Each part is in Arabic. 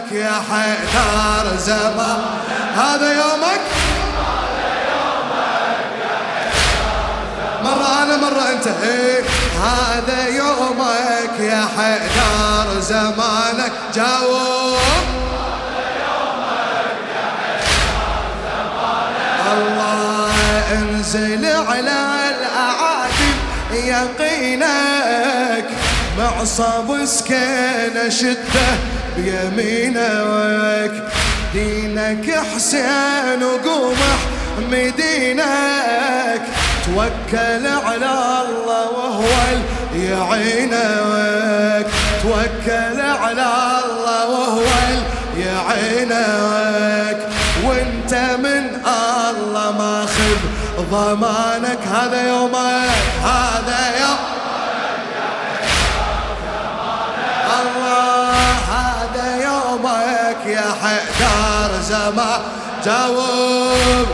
يومك يا حيدر زمان. هذا يومك مرة أنا مرة أنت. هذا يومك يا حيدر زمانك. جاوب. هذا يومك يا حيدر زمانك. الله انزل على الأعادي يقينك، معصب سكينة شده بيمينك، دينك حسين وقومح مدينك، توكل على الله وهو يعينك، توكل على الله وهو يعينك، وانت من الله ماخذ ضمانك. هذا يومك هذا يوم الله، هذا يومك يا حيدر زمان. جاوب.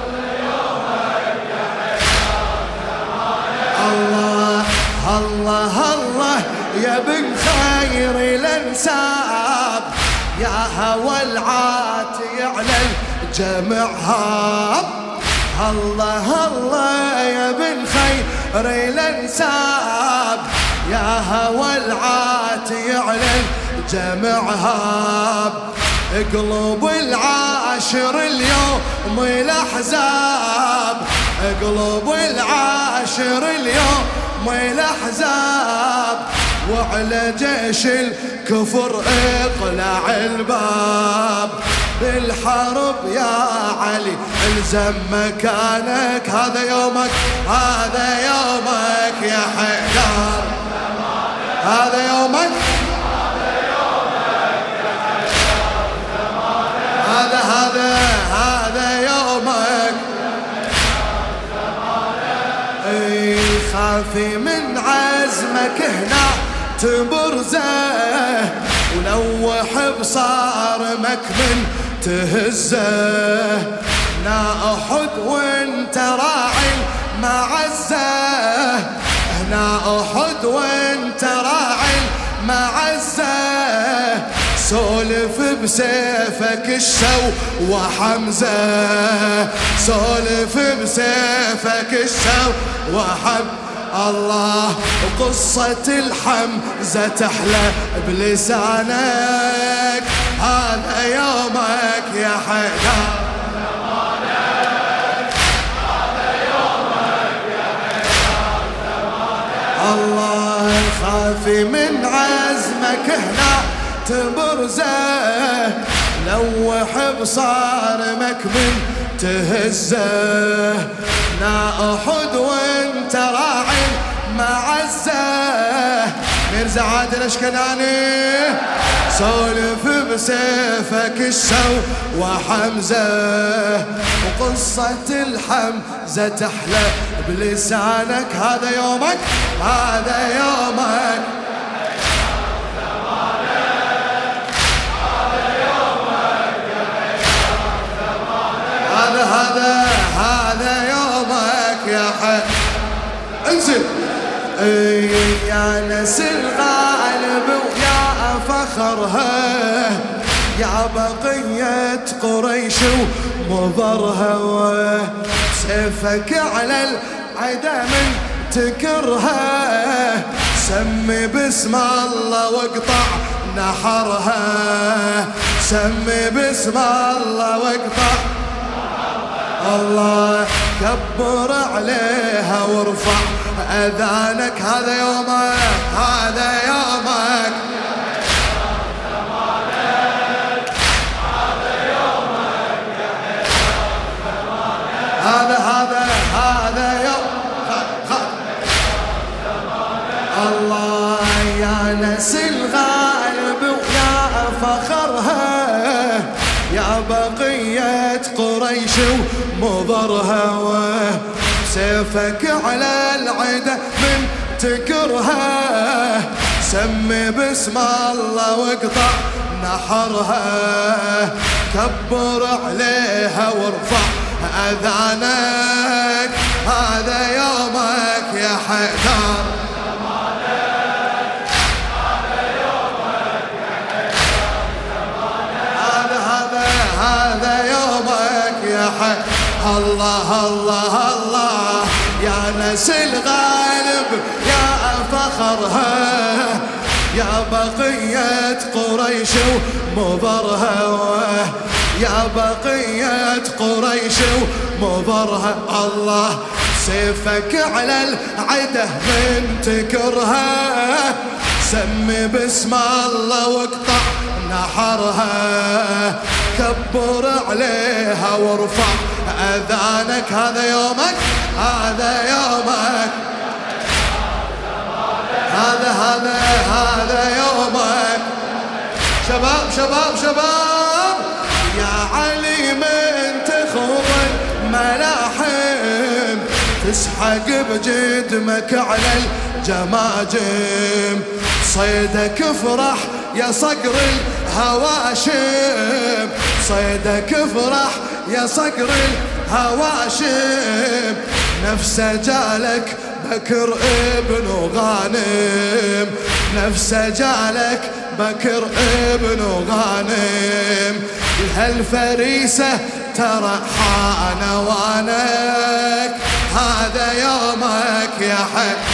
الله الله الله يا بن خير الانساب، يا هوى العاتي على الجمع هاب. الله الله يا بن خير الانساب، يا هوى العاتي على الجمع هاب. قلوب العاشر اليوم الاحزاب، قلوب العاشر اليوم الاحزاب، وعلى جيش الكفر اقلع الباب. بالحرب يا علي الزم مكانك. هذا يومك هذا يومك يا حيدر. هذا يومك هذا يومك. خافي من عزمك هنا تبرزه، ولوح بصارمك من تهزه. هنا أحد وانت راعي المعزة، هنا أحد وانت راعي المعزة. سولف بسيفك الشو وحمزة، سولف بسيفك الشو وحمزة. الله قصة الحمزة تحلى بلسانك. هذا يومك يا حيدر. هذا يومك يا حيدر زمانك. الله خافي من عزمك هنا تبرزه، لوح بصارمك من تهزه. لا أحد وانت راعي معزه. ميرزا عادل اشكناني سولف بسيفك الشو وحمزه، وقصة الحمزة تحلى بلسانك. هذا يومك هذا يومك. هذا يومك يا حي. انزل. يا نسل الغالب ويا فخرها، يا بقية قريش ومضرها، سيفك على العدا من تكرها، سمي باسم الله واقطع نحرها، سمي باسم الله واقطع. الله كبر عليها وارفع أذانك. هذا يومك هذا يومك. هذا يوم. الله يا نسل الغالب ويا فخرها، يا بقية قريش ومضرها، سيفك على العدا من تكرها، سمي باسم الله واقطع نحرها، كبر عليها وارفع أذانك. هذا يومك يا حيدر. حي. الله الله الله يا نسل غالب يا فخرها، يا بقية قريش ومضرها، يا بقية قريش ومضرها. الله سيفك على العده من تكرها، سمي باسم الله واقطع نحرها، كبر عليها وارفع اذانك. هذا يومك هذا يومك، هذا يومك. شباب شباب شباب يا علي من تخوض الملاحم، تسحق بجدمك على الجماجم، صيدك افرح يا صقر الهواشم، صيدك افرح يا صقر الهواشم. نفسه جالك بكر ابن غانم، نفسه جالك بكر ابن غانم. هالفريسة ترى حان وانك، هذا يومك يا حي.